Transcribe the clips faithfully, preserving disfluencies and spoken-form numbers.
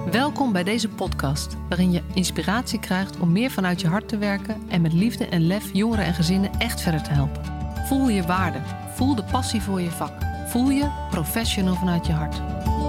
Welkom bij deze podcast, waarin je inspiratie krijgt om meer vanuit je hart te werken en met liefde en lef jongeren en gezinnen echt verder te helpen. Voel je waarde, voel de passie voor je vak, voel je professional vanuit je hart.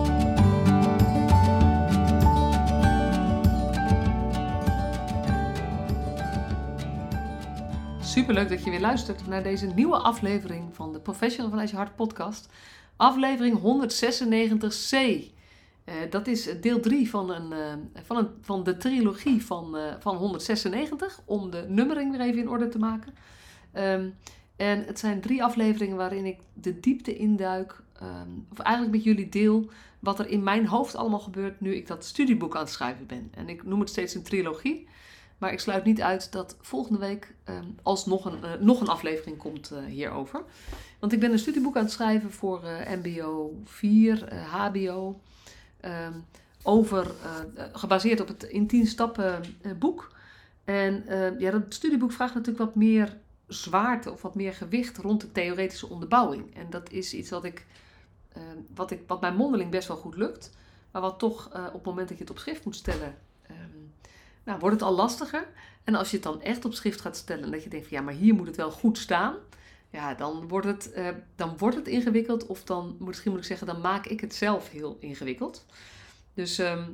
Superleuk dat je weer luistert naar deze nieuwe aflevering van de Professional vanuit je hart podcast. Aflevering honderdzesennegentig C. Uh, dat is deel drie van, een, uh, van, een, van de trilogie van, uh, van honderdzesennegentig, om de nummering weer even in orde te maken. Um, en het zijn drie afleveringen waarin ik de diepte induik, um, of eigenlijk met jullie deel wat er in mijn hoofd allemaal gebeurt nu ik dat studieboek aan het schrijven ben. En ik noem het steeds een trilogie, maar ik sluit niet uit dat volgende week um, alsnog een, uh, nog een aflevering komt uh, hierover. Want ik ben een studieboek aan het schrijven voor uh, M B O vier, uh, H B O... Um, over, uh, gebaseerd op het in tien stappen uh, boek. En uh, ja, dat studieboek vraagt natuurlijk wat meer zwaarte of wat meer gewicht rond de theoretische onderbouwing. En dat is iets wat, ik, uh, wat, ik, wat bij mondeling best wel goed lukt. Maar wat toch uh, op het moment dat je het op schrift moet stellen, um, nou, wordt het al lastiger. En als je het dan echt op schrift gaat stellen en dat je denkt van ja, maar hier moet het wel goed staan. Ja, dan wordt het, uh, dan wordt het ingewikkeld of dan, misschien moet ik zeggen, dan maak ik het zelf heel ingewikkeld. Dus um,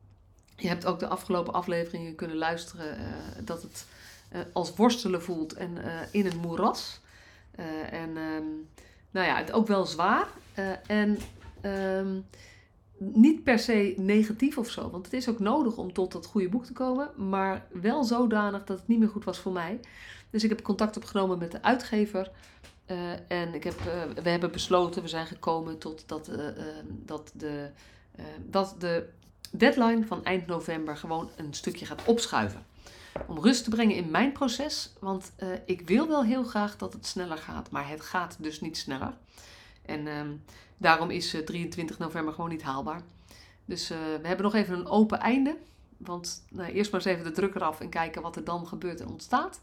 je hebt ook de afgelopen afleveringen kunnen luisteren uh, dat het uh, als worstelen voelt en uh, in een moeras. Uh, en um, nou ja, het ook wel zwaar uh, en um, niet per se negatief of zo. Want het is ook nodig om tot dat goede boek te komen, maar wel zodanig dat het niet meer goed was voor mij. Dus ik heb contact opgenomen met de uitgever uh, en ik heb, uh, we hebben besloten, we zijn gekomen tot dat, uh, uh, dat, de, uh, dat de deadline van eind november gewoon een stukje gaat opschuiven. Om rust te brengen in mijn proces, want uh, ik wil wel heel graag dat het sneller gaat, maar het gaat dus niet sneller. En uh, daarom is uh, drieëntwintig november gewoon niet haalbaar. Dus uh, we hebben nog even een open einde, want nou, eerst maar eens even de druk eraf en kijken wat er dan gebeurt en ontstaat.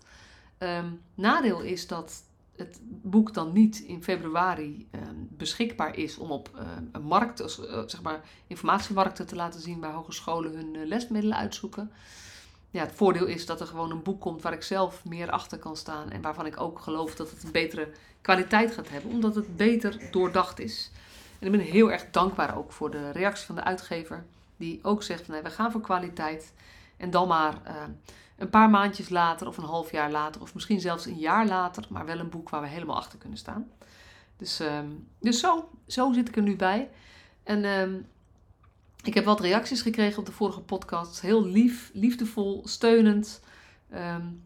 Um, nadeel is dat het boek dan niet in februari um, beschikbaar is om op uh, een markt, uh, zeg maar informatiemarkten te laten zien waar hogescholen hun uh, lesmiddelen uitzoeken. Ja, het voordeel is dat er gewoon een boek komt waar ik zelf meer achter kan staan en waarvan ik ook geloof dat het een betere kwaliteit gaat hebben, omdat het beter doordacht is. En ik ben heel erg dankbaar ook voor de reactie van de uitgever, die ook zegt van nee, we gaan voor kwaliteit en dan maar Uh, Een paar maandjes later of een half jaar later of misschien zelfs een jaar later, maar wel een boek waar we helemaal achter kunnen staan. Dus, um, dus zo, zo zit ik er nu bij. En um, ik heb wat reacties gekregen op de vorige podcast. Heel lief, liefdevol, steunend. Um,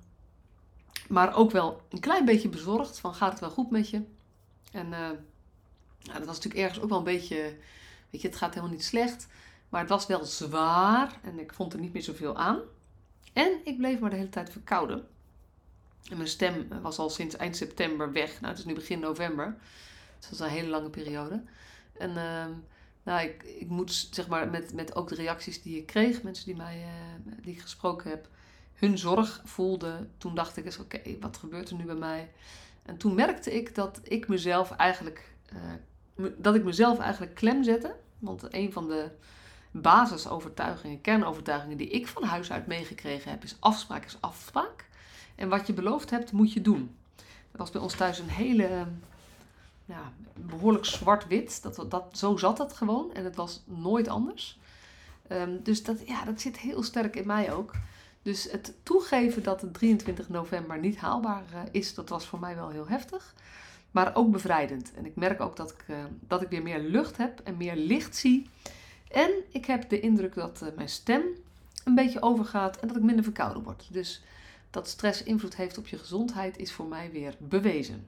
maar ook wel een klein beetje bezorgd van gaat het wel goed met je? En uh, nou, dat was natuurlijk ergens ook wel een beetje, weet je, het gaat helemaal niet slecht. Maar het was wel zwaar en ik vond er niet meer zoveel aan. En ik bleef maar de hele tijd verkouden. En mijn stem was al sinds eind september weg. Nou, het is nu begin november. Dus dat is een hele lange periode. En uh, nou, ik, ik moet zeg maar met, met ook de reacties die ik kreeg, mensen die, mij, uh, die ik gesproken heb, hun zorg voelden. Toen dacht ik eens, oké, okay, wat gebeurt er nu bij mij? En toen merkte ik dat ik mezelf eigenlijk, uh, dat ik mezelf eigenlijk klem zette. Want een van de basisovertuigingen, kernovertuigingen die ik van huis uit meegekregen heb, is afspraak is afspraak. En wat je beloofd hebt, moet je doen. Dat was bij ons thuis een hele, ja, behoorlijk zwart-wit. Dat, dat, zo zat het gewoon en het was nooit anders. Um, dus dat, ja, dat zit heel sterk in mij ook. Dus het toegeven dat het drieëntwintig november niet haalbaar uh, is, dat was voor mij wel heel heftig. Maar ook bevrijdend. En ik merk ook dat ik, uh, dat ik weer meer lucht heb en meer licht zie. En ik heb de indruk dat uh, mijn stem een beetje overgaat en dat ik minder verkouden word. Dus dat stress invloed heeft op je gezondheid is voor mij weer bewezen.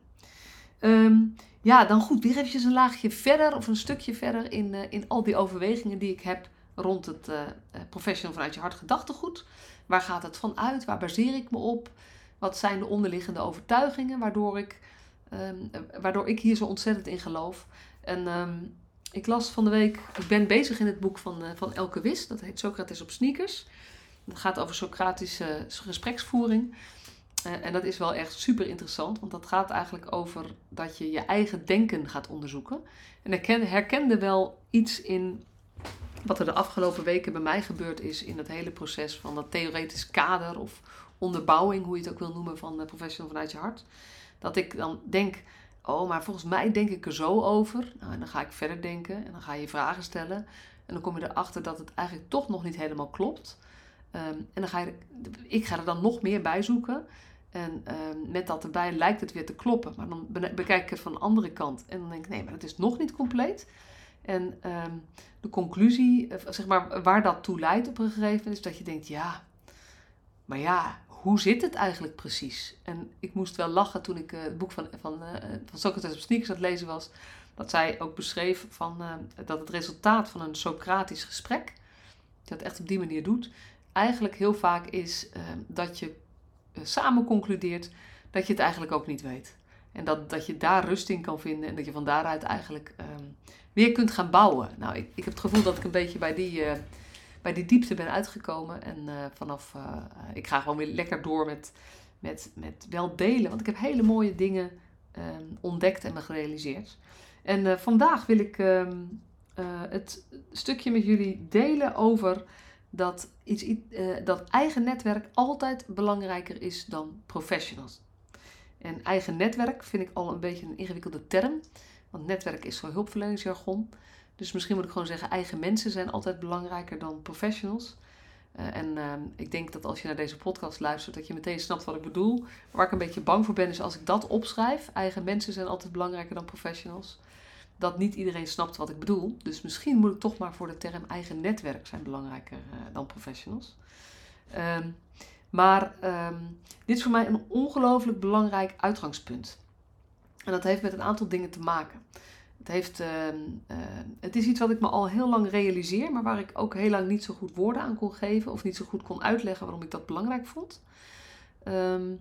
Um, ja, dan goed, weer eventjes een laagje verder of een stukje verder in, uh, in al die overwegingen die ik heb rond het uh, professional vanuit je hart gedachtegoed. Waar gaat het van uit? Waar baseer ik me op? Wat zijn de onderliggende overtuigingen waardoor ik, um, waardoor ik hier zo ontzettend in geloof? En Um, Ik las van de week, ik ben bezig in het boek van, uh, van Elke Wiss, dat heet Socrates op sneakers. Dat gaat over Socratische gespreksvoering. Uh, en dat is wel echt super interessant, want dat gaat eigenlijk over dat je je eigen denken gaat onderzoeken. En ik herken, herkende wel iets in wat er de afgelopen weken bij mij gebeurd is in het hele proces van dat theoretisch kader of onderbouwing, hoe je het ook wil noemen, van Professional vanuit je hart. Dat ik dan denk, oh, maar volgens mij denk ik er zo over. Nou, en dan ga ik verder denken en dan ga je vragen stellen. En dan kom je erachter dat het eigenlijk toch nog niet helemaal klopt. Um, en dan ga je, ik ga er dan nog meer bij zoeken. En um, met dat erbij lijkt het weer te kloppen. Maar dan bekijk ik het van de andere kant. En dan denk ik, nee, maar het is nog niet compleet. En um, de conclusie, zeg maar, waar dat toe leidt op een gegeven moment, is dat je denkt, ja, maar ja, hoe zit het eigenlijk precies? En ik moest wel lachen toen ik uh, het boek van, van, uh, van Socrates op Sneakers aan het lezen was. Dat zij ook beschreef van, uh, dat het resultaat van een Socratisch gesprek, dat het echt op die manier doet, eigenlijk heel vaak is uh, dat je uh, samen concludeert dat je het eigenlijk ook niet weet. En dat, dat je daar rust in kan vinden en dat je van daaruit eigenlijk um, weer kunt gaan bouwen. Nou, ik, ik heb het gevoel dat ik een beetje bij die, uh, bij die diepte ben uitgekomen. En uh, vanaf, uh, ik ga gewoon weer lekker door met, met, met wel delen. Want ik heb hele mooie dingen um, ontdekt en me gerealiseerd. En uh, vandaag wil ik um, uh, het stukje met jullie delen over dat, iets, uh, dat eigen netwerk altijd belangrijker is dan professionals. En eigen netwerk vind ik al een beetje een ingewikkelde term. Want netwerk is zo hulpverleningsjargon. Dus misschien moet ik gewoon zeggen, eigen mensen zijn altijd belangrijker dan professionals. Uh, en uh, ik denk dat als je naar deze podcast luistert, dat je meteen snapt wat ik bedoel. Waar ik een beetje bang voor ben, is als ik dat opschrijf. Eigen mensen zijn altijd belangrijker dan professionals. Dat niet iedereen snapt wat ik bedoel. Dus misschien moet ik toch maar voor de term eigen netwerk zijn belangrijker uh, dan professionals. Um, maar um, dit is voor mij een ongelooflijk belangrijk uitgangspunt. En dat heeft met een aantal dingen te maken. Het, heeft, uh, uh, het is iets wat ik me al heel lang realiseer, maar waar ik ook heel lang niet zo goed woorden aan kon geven of niet zo goed kon uitleggen waarom ik dat belangrijk vond. Um,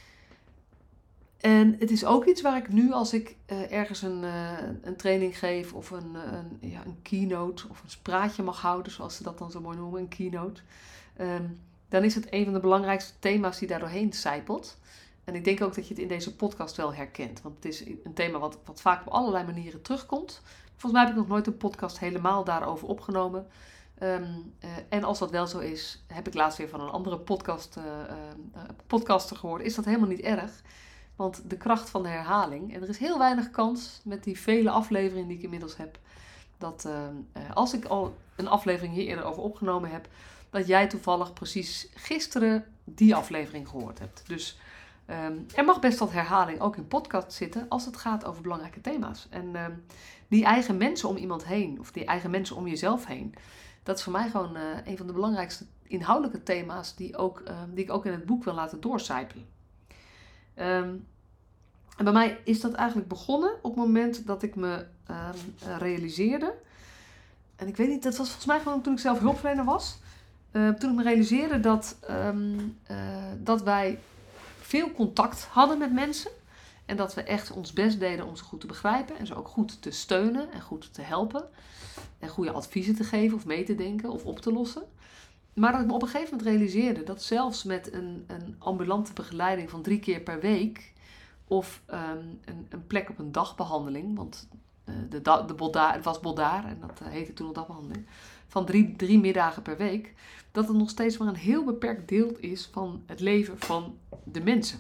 en het is ook iets waar ik nu, als ik uh, ergens een, uh, een training geef of een, een, ja, een keynote of een spraatje mag houden, zoals ze dat dan zo mooi noemen, een keynote, um, dan is het een van de belangrijkste thema's die daar doorheen sijpelt. En ik denk ook dat je het in deze podcast wel herkent. Want het is een thema wat, wat vaak op allerlei manieren terugkomt. Volgens mij heb ik nog nooit een podcast helemaal daarover opgenomen. Um, uh, en als dat wel zo is, heb ik laatst weer van een andere podcast, uh, uh, podcaster gehoord. Is dat helemaal niet erg. Want de kracht van de herhaling. En er is heel weinig kans met die vele afleveringen die ik inmiddels heb. Dat uh, uh, als ik al een aflevering hier eerder over opgenomen heb, dat jij toevallig precies gisteren die aflevering gehoord hebt. Dus Um, er mag best wat herhaling ook in podcast zitten als het gaat over belangrijke thema's. En um, die eigen mensen om iemand heen, of die eigen mensen om jezelf heen, dat is voor mij gewoon uh, een van de belangrijkste inhoudelijke thema's die, ook, uh, die ik ook in het boek wil laten doorcijpelen. Um, en bij mij is dat eigenlijk begonnen op het moment dat ik me um, realiseerde. En ik weet niet, dat was volgens mij gewoon toen ik zelf hulpverlener was. Uh, toen ik me realiseerde dat, um, uh, dat wij veel contact hadden met mensen. En dat we echt ons best deden om ze goed te begrijpen. En ze ook goed te steunen en goed te helpen. En goede adviezen te geven of mee te denken of op te lossen. Maar dat ik me op een gegeven moment realiseerde dat zelfs met een, een ambulante begeleiding van drie keer per week. Of um, een, een plek op een dagbehandeling. Want de, de, de boldaar, het was boldaar en dat heette toen nog dagbehandeling. Van drie, drie middagen per week. Dat het nog steeds maar een heel beperkt deel is van het leven van de mensen.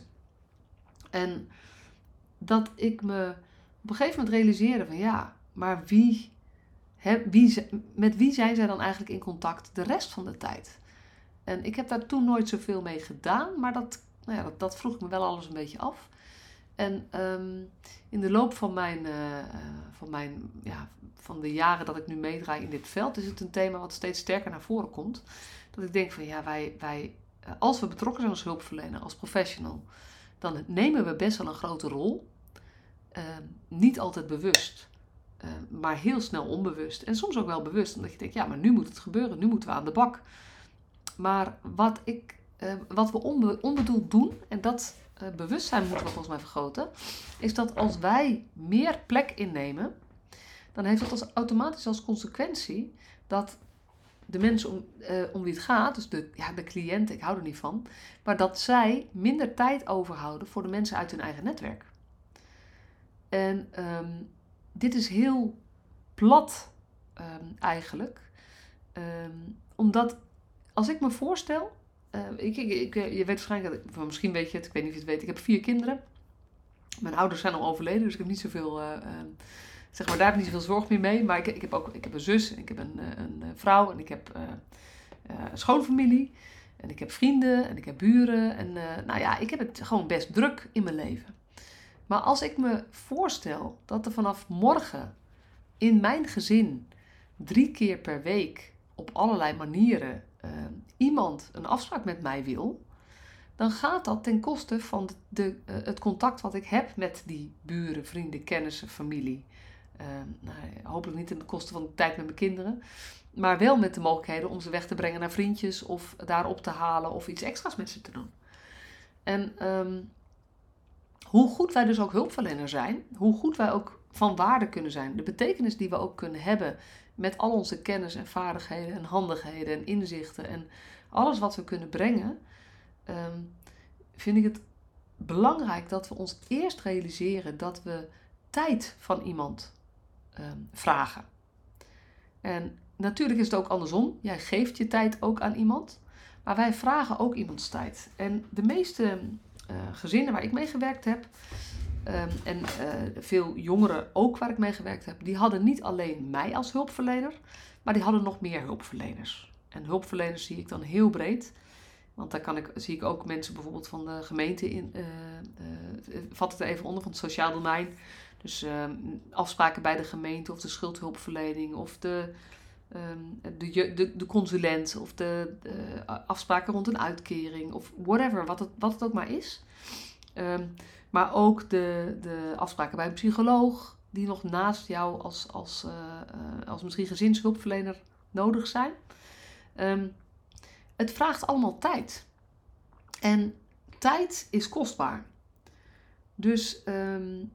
En dat ik me op een gegeven moment realiseerde van ja, maar wie, he, wie, met wie zijn zij dan eigenlijk in contact de rest van de tijd? En ik heb daar toen nooit zoveel mee gedaan, maar dat, nou ja, dat, dat vroeg ik me wel alles een beetje af. En um, in de loop van mijn, uh, van mijn ja, van de jaren dat ik nu meedraai in dit veld, is het een thema wat steeds sterker naar voren komt. Dat ik denk van ja, wij, wij als we betrokken zijn als hulpverlener, als professional, dan nemen we best wel een grote rol. Uh, niet altijd bewust, uh, maar heel snel onbewust. En soms ook wel bewust, omdat je denkt, ja, maar nu moet het gebeuren, nu moeten we aan de bak. Maar wat, ik, uh, wat we onbe- onbedoeld doen, en dat uh, bewustzijn moeten we volgens mij vergroten, is dat als wij meer plek innemen, dan heeft dat als automatisch als consequentie dat de mensen om, uh, om wie het gaat, dus de, ja, de cliënten, ik hou er niet van, maar dat zij minder tijd overhouden voor de mensen uit hun eigen netwerk. En um, dit is heel plat um, eigenlijk, Um, omdat als ik me voorstel... Uh, ik, ik, ik, je weet waarschijnlijk, of misschien weet je het, ik weet niet of je het weet. Ik heb vier kinderen. Mijn ouders zijn al overleden, dus ik heb niet zoveel... Uh, uh, zeg maar, daar heb ik niet zoveel zorg meer mee. Maar ik, ik heb ook ik heb een zus, en ik heb een, een vrouw en ik heb uh, uh, een schoonfamilie. En ik heb vrienden en ik heb buren. En uh, nou ja, ik heb het gewoon best druk in mijn leven. Maar als ik me voorstel dat er vanaf morgen in mijn gezin drie keer per week op allerlei manieren uh, iemand een afspraak met mij wil, dan gaat dat ten koste van de, de, uh, het contact wat ik heb met die buren, vrienden, kennissen, familie. Uh, nou, hopelijk niet ten koste van de tijd met mijn kinderen, maar wel met de mogelijkheden om ze weg te brengen naar vriendjes of daar op te halen of iets extra's met ze te doen. En um, hoe goed wij dus ook hulpverlener zijn, hoe goed wij ook van waarde kunnen zijn, de betekenis die we ook kunnen hebben met al onze kennis en vaardigheden en handigheden en inzichten en alles wat we kunnen brengen, um, vind ik het belangrijk dat we ons eerst realiseren dat we tijd van iemand um, vragen. En natuurlijk is het ook andersom. Jij geeft je tijd ook aan iemand, maar wij vragen ook iemands tijd. En de meeste uh, gezinnen waar ik mee gewerkt heb, Um, en uh, veel jongeren ook waar ik mee gewerkt heb, die hadden niet alleen mij als hulpverlener, maar die hadden nog meer hulpverleners. En hulpverleners zie ik dan heel breed, want daar kan ik, zie ik ook mensen bijvoorbeeld van de gemeente in, uh, uh, vat het er even onder, van het sociaal domein. Dus uh, afspraken bij de gemeente of de schuldhulpverlening of de, um, de, de, de consulent of de, de afspraken rond een uitkering of whatever, wat het, wat het ook maar is. Um, Maar ook de, de afspraken bij een psycholoog die nog naast jou als, als, uh, uh, als misschien gezinshulpverlener nodig zijn. Um, het vraagt allemaal tijd. En tijd is kostbaar. Dus um,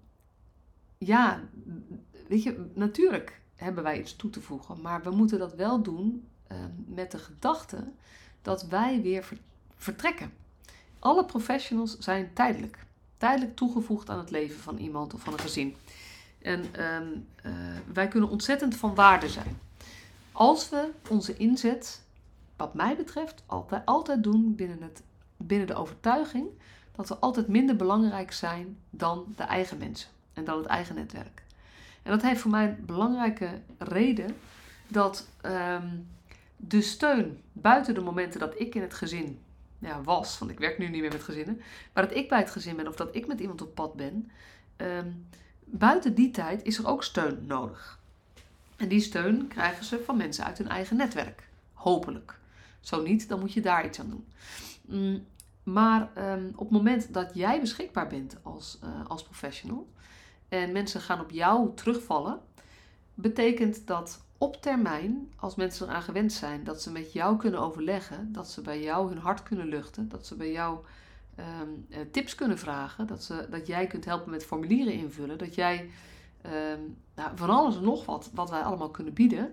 ja, weet je, natuurlijk hebben wij iets toe te voegen. Maar we moeten dat wel doen um, met de gedachte dat wij weer ver- vertrekken. Alle professionals zijn tijdelijk. Tijdelijk toegevoegd aan het leven van iemand of van een gezin. En um, uh, wij kunnen ontzettend van waarde zijn. Als we onze inzet, wat mij betreft, altijd, altijd doen binnen, het, binnen de overtuiging dat we altijd minder belangrijk zijn dan de eigen mensen en dan het eigen netwerk. En dat heeft voor mij een belangrijke reden dat um, de steun buiten de momenten dat ik in het gezin Ja, was, want ik werk nu niet meer met gezinnen, maar dat ik bij het gezin ben of dat ik met iemand op pad ben, um, buiten die tijd is er ook steun nodig. En die steun krijgen ze van mensen uit hun eigen netwerk. Hopelijk. Zo niet, dan moet je daar iets aan doen. Um, maar um, op het moment dat jij beschikbaar bent als, uh, als professional en mensen gaan op jou terugvallen, betekent dat op termijn, als mensen eraan gewend zijn dat ze met jou kunnen overleggen, dat ze bij jou hun hart kunnen luchten, dat ze bij jou um, tips kunnen vragen, dat, ze, dat jij kunt helpen met formulieren invullen, dat jij um, nou, van alles en nog wat, wat wij allemaal kunnen bieden,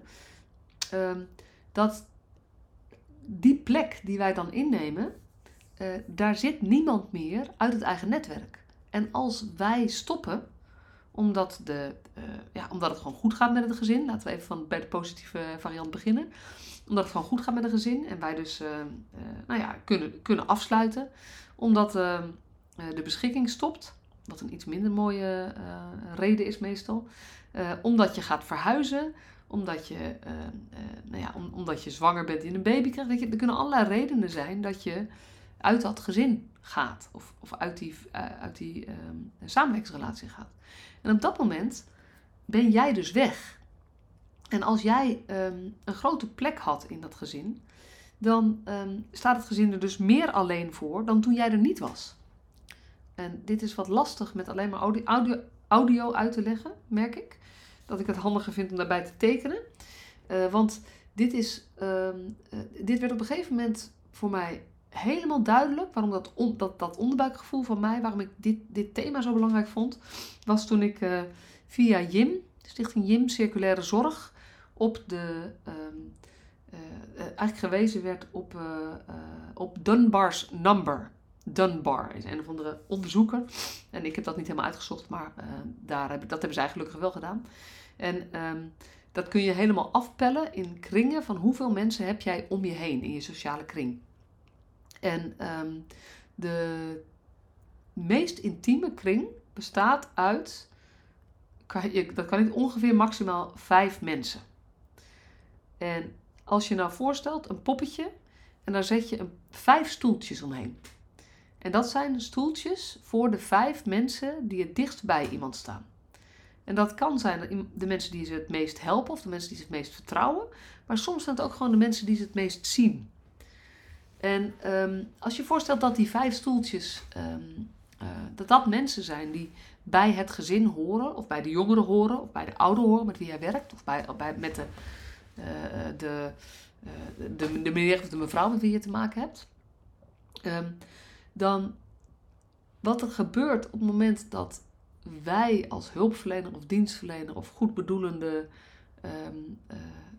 um, dat die plek die wij dan innemen, uh, daar zit niemand meer uit het eigen netwerk. En als wij stoppen, Omdat, de, uh, ja, omdat het gewoon goed gaat met het gezin. Laten we even van, bij de positieve variant beginnen. Omdat het gewoon goed gaat met het gezin. En wij dus uh, uh, nou ja, kunnen, kunnen afsluiten. Omdat uh, uh, de beschikking stopt. Wat een iets minder mooie uh, reden is meestal. Uh, omdat je gaat verhuizen. Omdat je, uh, uh, nou ja, om, omdat je zwanger bent en een baby krijgt. Weet je, er kunnen allerlei redenen zijn dat je uit dat gezin gaat. Of, of uit die, uh, uit die uh, samenwerkingsrelatie gaat. En op dat moment ben jij dus weg. En als jij um, een grote plek had in dat gezin, dan um, staat het gezin er dus meer alleen voor dan toen jij er niet was. En dit is wat lastig met alleen maar audio, audio, audio uit te leggen, merk ik. Dat ik het handiger vind om daarbij te tekenen. Uh, want dit, is, um, uh, dit werd op een gegeven moment voor mij helemaal duidelijk waarom dat, on, dat, dat onderbuikgevoel van mij, waarom ik dit, dit thema zo belangrijk vond, was toen ik uh, via J I M, de Stichting J I M Circulaire Zorg, op de, um, uh, uh, eigenlijk gewezen werd op, uh, uh, op Dunbar's Number. Dunbar is een of andere onderzoeker. En ik heb dat niet helemaal uitgezocht, maar uh, daar heb ik, dat hebben zij gelukkig wel gedaan. En um, dat kun je helemaal afpellen in kringen van hoeveel mensen heb jij om je heen in je sociale kring. En um, de meest intieme kring bestaat uit, kan je, dat kan niet ongeveer maximaal vijf mensen. En als je nou voorstelt een poppetje en daar zet je een, vijf stoeltjes omheen. En dat zijn de stoeltjes voor de vijf mensen die het dichtst bij iemand staan. En dat kan zijn de mensen die ze het meest helpen of de mensen die ze het meest vertrouwen. Maar soms zijn het ook gewoon de mensen die ze het meest zien. En um, als je voorstelt dat die vijf stoeltjes, um, uh, dat dat mensen zijn die bij het gezin horen, of bij de jongeren horen, of bij de ouderen horen met wie jij werkt, of bij, of bij, met de, uh, de, uh, de, de meneer of de mevrouw met wie je te maken hebt. Um, dan wat er gebeurt op het moment dat wij als hulpverlener of dienstverlener of goedbedoelende um, uh,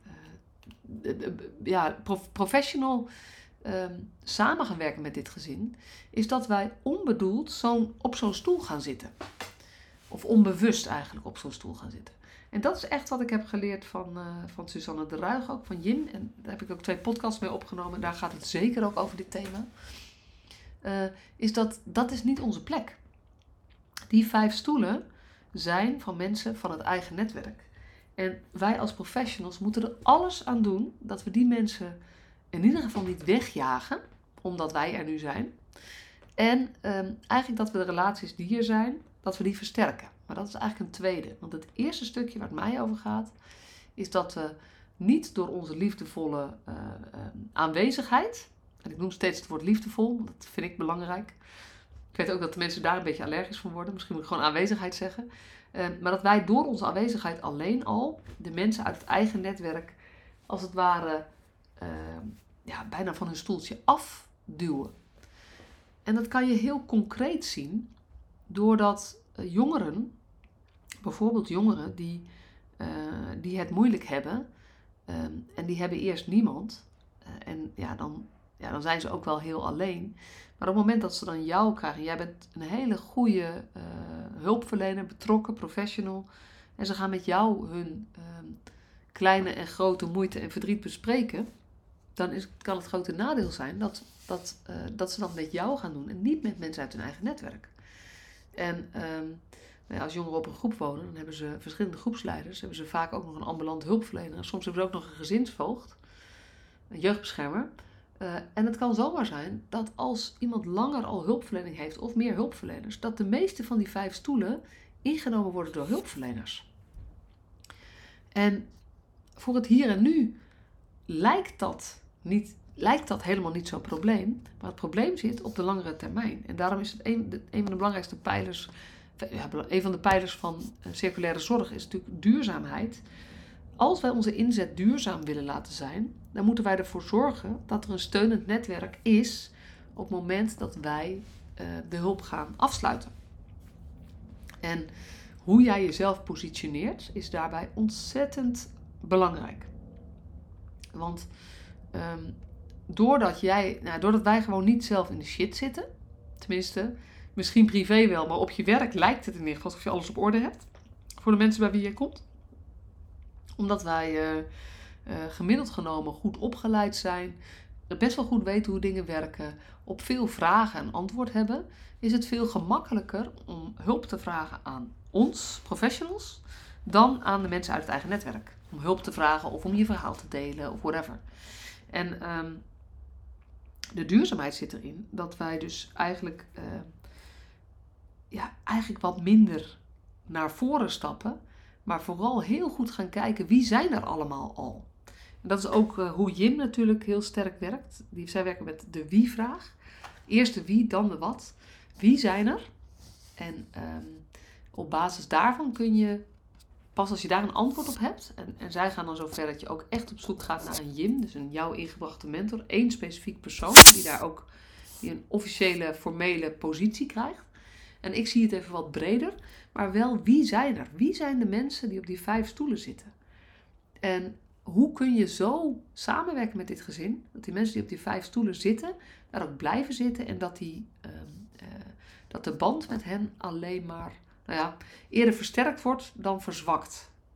uh, uh, ja, prof, professional um, samen gaan werken met dit gezin, is dat wij onbedoeld zo'n, op zo'n stoel gaan zitten. Of onbewust eigenlijk op zo'n stoel gaan zitten. En dat is echt wat ik heb geleerd van, uh, van Suzanne de Ruig, ook van Jim. En daar heb ik ook twee podcasts mee opgenomen. En daar gaat het zeker ook over dit thema. Uh, is dat dat is niet onze plek. Die vijf stoelen zijn van mensen van het eigen netwerk. En wij als professionals moeten er alles aan doen dat we die mensen in ieder geval niet wegjagen, omdat wij er nu zijn. En um, eigenlijk dat we de relaties die er zijn, dat we die versterken. Maar dat is eigenlijk een tweede. Want het eerste stukje waar het mij over gaat, is dat we niet door onze liefdevolle uh, uh, aanwezigheid, en ik noem steeds het woord liefdevol, want dat vind ik belangrijk. Ik weet ook dat de mensen daar een beetje allergisch van worden. Misschien moet ik gewoon aanwezigheid zeggen. Uh, maar dat wij door onze aanwezigheid alleen al de mensen uit het eigen netwerk als het ware uh, ja, bijna van hun stoeltje afduwen. En dat kan je heel concreet zien doordat uh, jongeren, bijvoorbeeld jongeren die, uh, die het moeilijk hebben uh, en die hebben eerst niemand. Uh, en ja dan, ja, dan zijn ze ook wel heel alleen. Maar op het moment dat ze dan jou krijgen, jij bent een hele goede uh, hulpverlener, betrokken, professional. En ze gaan met jou hun uh, kleine en grote moeite en verdriet bespreken. Dan is, kan het grote nadeel zijn dat, dat, uh, dat ze dat met jou gaan doen en niet met mensen uit hun eigen netwerk. En um, nou ja, als jongeren op een groep wonen, dan hebben ze verschillende groepsleiders. Hebben ze vaak ook nog een ambulant hulpverlener. Soms hebben ze ook nog een gezinsvoogd, een jeugdbeschermer. Uh, en het kan zomaar zijn dat als iemand langer al hulpverlening heeft of meer hulpverleners, dat de meeste van die vijf stoelen ingenomen worden door hulpverleners. En voor het hier en nu lijkt dat, niet, lijkt dat helemaal niet zo'n probleem, maar het probleem zit op de langere termijn. En daarom is het een, de, een van de belangrijkste pijlers, ja, een van de pijlers van uh, circulaire zorg is natuurlijk duurzaamheid. Als wij onze inzet duurzaam willen laten zijn, dan moeten wij ervoor zorgen dat er een steunend netwerk is op het moment dat wij uh, de hulp gaan afsluiten. En hoe jij jezelf positioneert is daarbij ontzettend belangrijk. Want um, doordat, jij, nou, doordat wij gewoon niet zelf in de shit zitten, tenminste, misschien privé wel, maar op je werk lijkt het in ieder geval alsof je alles op orde hebt voor de mensen bij wie je komt. Omdat wij uh, uh, gemiddeld genomen goed opgeleid zijn, best wel goed weten hoe dingen werken, op veel vragen een antwoord hebben, is het veel gemakkelijker om hulp te vragen aan ons, professionals, dan aan de mensen uit het eigen netwerk. Om hulp te vragen of om je verhaal te delen of whatever. En um, de duurzaamheid zit erin dat wij dus eigenlijk, uh, ja, eigenlijk wat minder naar voren stappen, maar vooral heel goed gaan kijken wie zijn er allemaal al. En dat is ook uh, hoe Jim natuurlijk heel sterk werkt. Die, zij werken met de wie-vraag. Eerst de wie, dan de wat. Wie zijn er? En um, op basis daarvan kun je, pas als je daar een antwoord op hebt, en, en zij gaan dan zover dat je ook echt op zoek gaat naar een Jim, dus een jou ingebrachte mentor, één specifiek persoon die daar ook die een officiële, formele positie krijgt. En ik zie het even wat breder, maar wel wie zijn er? Wie zijn de mensen die op die vijf stoelen zitten? En hoe kun je zo samenwerken met dit gezin, dat die mensen die op die vijf stoelen zitten, daar ook blijven zitten en dat, die, uh, uh, dat de band met hen alleen maar, nou ja, eerder versterkt wordt dan verzwakt.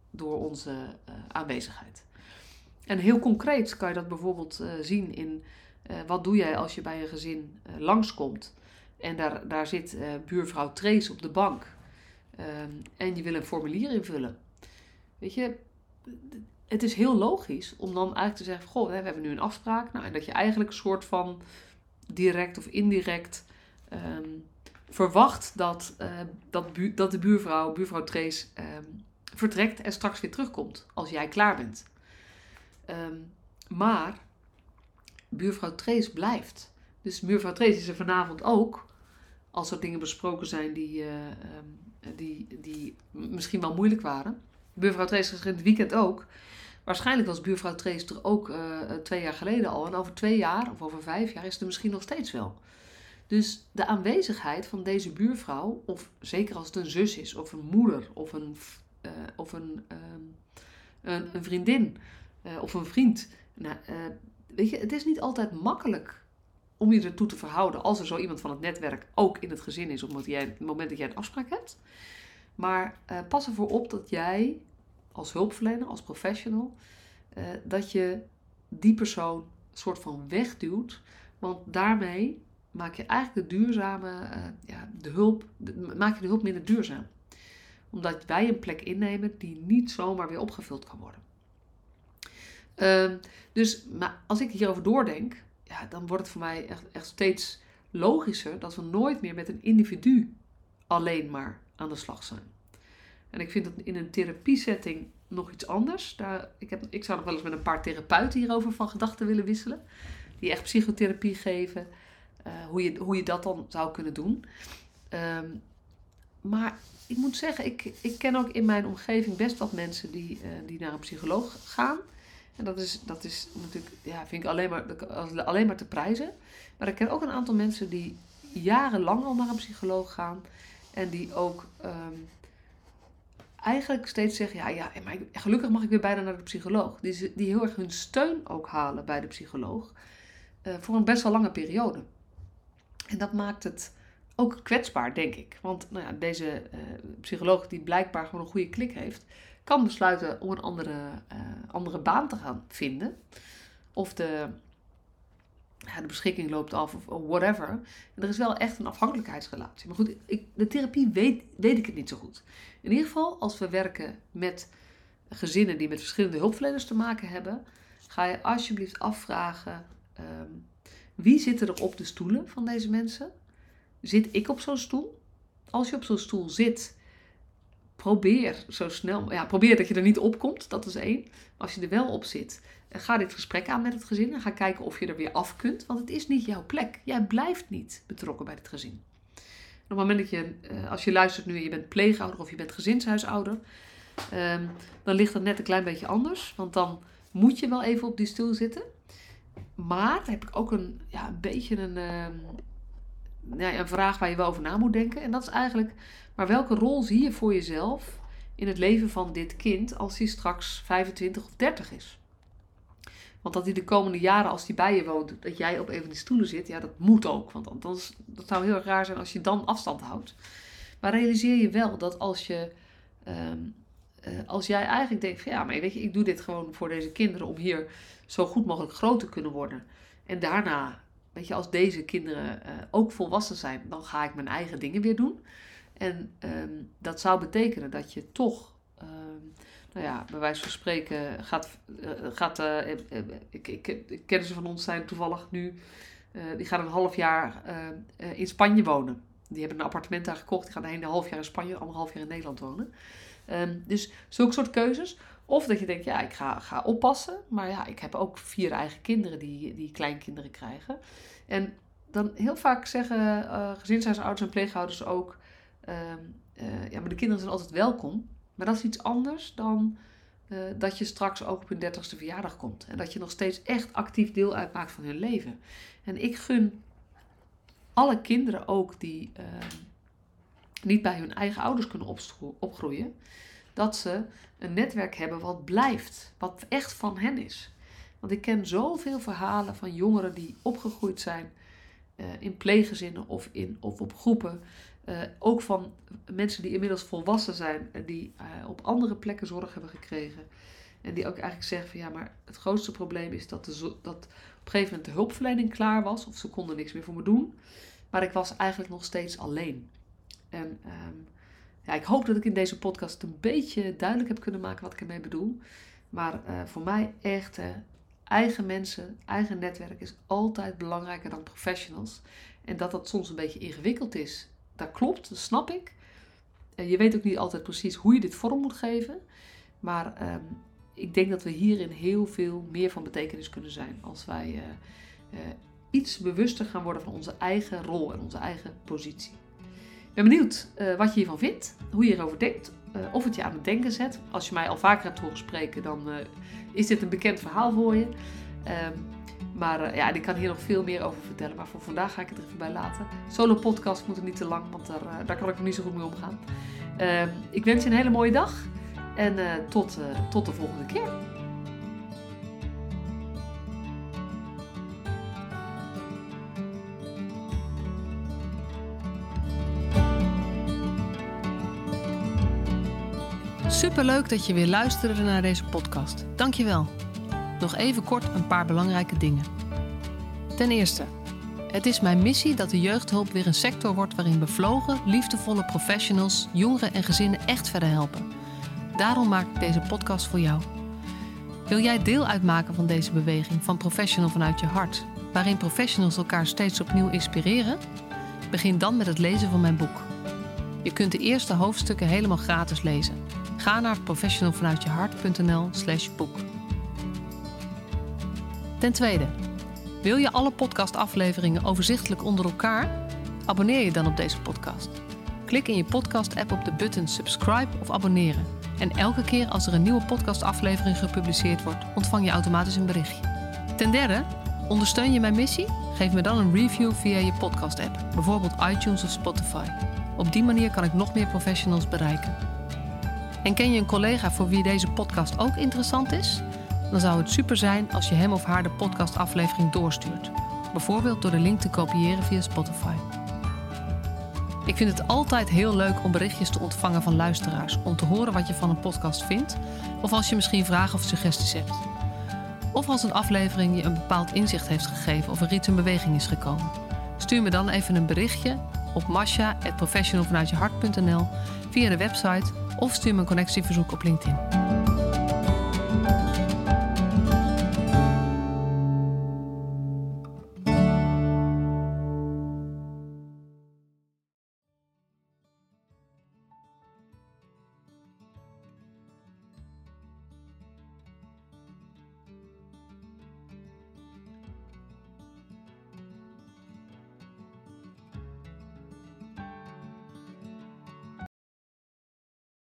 door onze uh, aanwezigheid. En heel concreet kan je dat bijvoorbeeld uh, zien in uh, wat doe jij als je bij een gezin uh, langskomt en daar, daar zit uh, buurvrouw Trace op de bank um, en je wil een formulier invullen. Weet je, het is heel logisch om dan eigenlijk te zeggen, goh, we hebben nu een afspraak. Nou, en dat je eigenlijk een soort van direct of indirect um, verwacht dat, uh, dat, bu- dat de buurvrouw, buurvrouw Trace, um, vertrekt en straks weer terugkomt als jij klaar bent. Um, maar buurvrouw Trace blijft. Dus buurvrouw Trace is er vanavond ook, als er dingen besproken zijn die, uh, um, die, die misschien wel moeilijk waren. Buurvrouw Trace is er in het weekend ook. Waarschijnlijk was buurvrouw Trace er ook uh, twee jaar geleden al. En over twee jaar of over vijf jaar is het er misschien nog steeds wel. Dus de aanwezigheid van deze buurvrouw, of zeker als het een zus is, of een moeder, of een, uh, of een, um, een, een vriendin, uh, of een vriend. Nou, uh, weet je, het is niet altijd makkelijk om je ertoe te verhouden als er zo iemand van het netwerk ook in het gezin is op het moment dat jij een afspraak hebt. Maar uh, pas ervoor op dat jij als hulpverlener, als professional, uh, dat je die persoon een soort van wegduwt. Want daarmee maak je eigenlijk de duurzame, uh, ja, de hulp, de, maak je de hulp minder duurzaam. Omdat wij een plek innemen die niet zomaar weer opgevuld kan worden. Uh, dus maar als ik hierover doordenk, ja, dan wordt het voor mij echt, echt steeds logischer dat we nooit meer met een individu alleen maar aan de slag zijn. En ik vind dat in een therapiesetting nog iets anders. Daar, ik, heb, ik zou nog wel eens met een paar therapeuten hierover van gedachten willen wisselen. Die echt psychotherapie geven. Uh, hoe, je, hoe je dat dan zou kunnen doen. Um, maar ik moet zeggen, ik, ik ken ook in mijn omgeving best wat mensen die, uh, die naar een psycholoog gaan. En dat is, dat is natuurlijk, ja, vind ik alleen maar, alleen maar te prijzen. Maar ik ken ook een aantal mensen die jarenlang al naar een psycholoog gaan. En die ook um, eigenlijk steeds zeggen, ja, ja, maar gelukkig mag ik weer bijna naar de psycholoog. Die, die heel erg hun steun ook halen bij de psycholoog. Uh, voor een best wel lange periode. En dat maakt het ook kwetsbaar, denk ik. Want nou ja, deze uh, psycholoog die blijkbaar gewoon een goede klik heeft, kan besluiten om een andere, uh, andere baan te gaan vinden. Of de, ja, de beschikking loopt af of, of whatever. En er is wel echt een afhankelijkheidsrelatie. Maar goed, ik, de therapie weet, weet ik het niet zo goed. In ieder geval, als we werken met gezinnen die met verschillende hulpverleners te maken hebben, ga je alsjeblieft afvragen, um, wie zit er op de stoelen van deze mensen? Zit ik op zo'n stoel? Als je op zo'n stoel zit, probeer zo snel, ja, probeer dat je er niet op komt, dat is één. Als je er wel op zit, ga dit gesprek aan met het gezin en ga kijken of je er weer af kunt, want het is niet jouw plek. Jij blijft niet betrokken bij het gezin. En op het moment dat je, als je luistert nu en je bent pleegouder of je bent gezinshuisouder, um, dan ligt dat net een klein beetje anders, want dan moet je wel even op die stoel zitten. Maar dan heb ik ook een, ja, een beetje een, um, ja, een vraag waar je wel over na moet denken. En dat is eigenlijk, maar welke rol zie je voor jezelf in het leven van dit kind als hij straks vijfentwintig of dertig is? Want dat hij de komende jaren, als hij bij je woont, dat jij op een van die stoelen zit, ja, dat moet ook. Want anders, dat zou heel erg raar zijn als je dan afstand houdt. Maar realiseer je wel dat als je, um, uh, als jij eigenlijk denkt van ja, maar weet je, ik doe dit gewoon voor deze kinderen om hier zo goed mogelijk groot te kunnen worden. En daarna, weet je, als deze kinderen uh, ook volwassen zijn, dan ga ik mijn eigen dingen weer doen. En um, dat zou betekenen dat je toch, um, nou ja, bij wijze van spreken, gaat, uh, gaat uh, uh, ik, ik, ik, kennissen van ons zijn toevallig nu, uh, die gaan een half jaar uh, uh, in Spanje wonen. Die hebben een appartement daar gekocht, die gaan een half jaar in Spanje, anderhalf jaar in Nederland wonen. Um, dus zulke soort keuzes. Of dat je denkt, ja, ik ga, ga oppassen. Maar ja, ik heb ook vier eigen kinderen die, die kleinkinderen krijgen. En dan heel vaak zeggen uh, gezinshuisouders en pleegouders ook, Uh, uh, ja, maar de kinderen zijn altijd welkom. Maar dat is iets anders dan uh, dat je straks ook op hun dertigste verjaardag komt. En dat je nog steeds echt actief deel uitmaakt van hun leven. En ik gun alle kinderen ook die uh, niet bij hun eigen ouders kunnen opgroeien, dat ze een netwerk hebben wat blijft. Wat echt van hen is. Want ik ken zoveel verhalen van jongeren die opgegroeid zijn uh, in pleeggezinnen of, in, of op groepen. Uh, ook van mensen die inmiddels volwassen zijn en die uh, op andere plekken zorg hebben gekregen. En die ook eigenlijk zeggen van ja, maar het grootste probleem is dat, de zo- dat op een gegeven moment de hulpverlening klaar was. Of ze konden niks meer voor me doen. Maar ik was eigenlijk nog steeds alleen. En um, ja, ik hoop dat ik in deze podcast een beetje duidelijk heb kunnen maken wat ik ermee bedoel. Maar uh, voor mij echt uh, eigen mensen, eigen netwerk is altijd belangrijker dan professionals. En dat dat soms een beetje ingewikkeld is. Dat klopt, dat snap ik. Uh, je weet ook niet altijd precies hoe je dit vorm moet geven. Maar um, ik denk dat we hierin heel veel meer van betekenis kunnen zijn. Als wij uh, uh, iets bewuster gaan worden van onze eigen rol en onze eigen positie. Ik ben benieuwd uh, wat je hiervan vindt, hoe je erover denkt, uh, of het je aan het denken zet. Als je mij al vaker hebt horen spreken, dan uh, is dit een bekend verhaal voor je. Um, maar uh, ja, ik kan hier nog veel meer over vertellen, maar voor vandaag ga ik het er even bij laten. Solo podcast moet er niet te lang, want daar, uh, daar kan ik nog niet zo goed mee omgaan. Uh, ik wens je een hele mooie dag en uh, tot, uh, tot de volgende keer. Superleuk dat je weer luisterde naar deze podcast. Dankjewel. Nog even kort een paar belangrijke dingen. Ten eerste, het is mijn missie dat de jeugdhulp weer een sector wordt waarin bevlogen, liefdevolle professionals jongeren en gezinnen echt verder helpen. Daarom maak ik deze podcast voor jou. Wil jij deel uitmaken van deze beweging van Professional vanuit je hart, waarin professionals elkaar steeds opnieuw inspireren? Begin dan met het lezen van mijn boek. Je kunt de eerste hoofdstukken helemaal gratis lezen. Ga naar professionalvanuitjehart.nl slash boek. Ten tweede, wil je alle podcastafleveringen overzichtelijk onder elkaar? Abonneer je dan op deze podcast. Klik in je podcast-app op de button subscribe of abonneren. En elke keer als er een nieuwe podcastaflevering gepubliceerd wordt, ontvang je automatisch een berichtje. Ten derde, ondersteun je mijn missie? Geef me dan een review via je podcast-app, bijvoorbeeld iTunes of Spotify. Op die manier kan ik nog meer professionals bereiken. En ken je een collega voor wie deze podcast ook interessant is? Dan zou het super zijn als je hem of haar de podcastaflevering doorstuurt. Bijvoorbeeld door de link te kopiëren via Spotify. Ik vind het altijd heel leuk om berichtjes te ontvangen van luisteraars, om te horen wat je van een podcast vindt, of als je misschien vragen of suggesties hebt. Of als een aflevering je een bepaald inzicht heeft gegeven of er iets in beweging is gekomen. Stuur me dan even een berichtje op masha at professionalvanuitjehart punt n l via de website of stuur me een connectieverzoek op LinkedIn.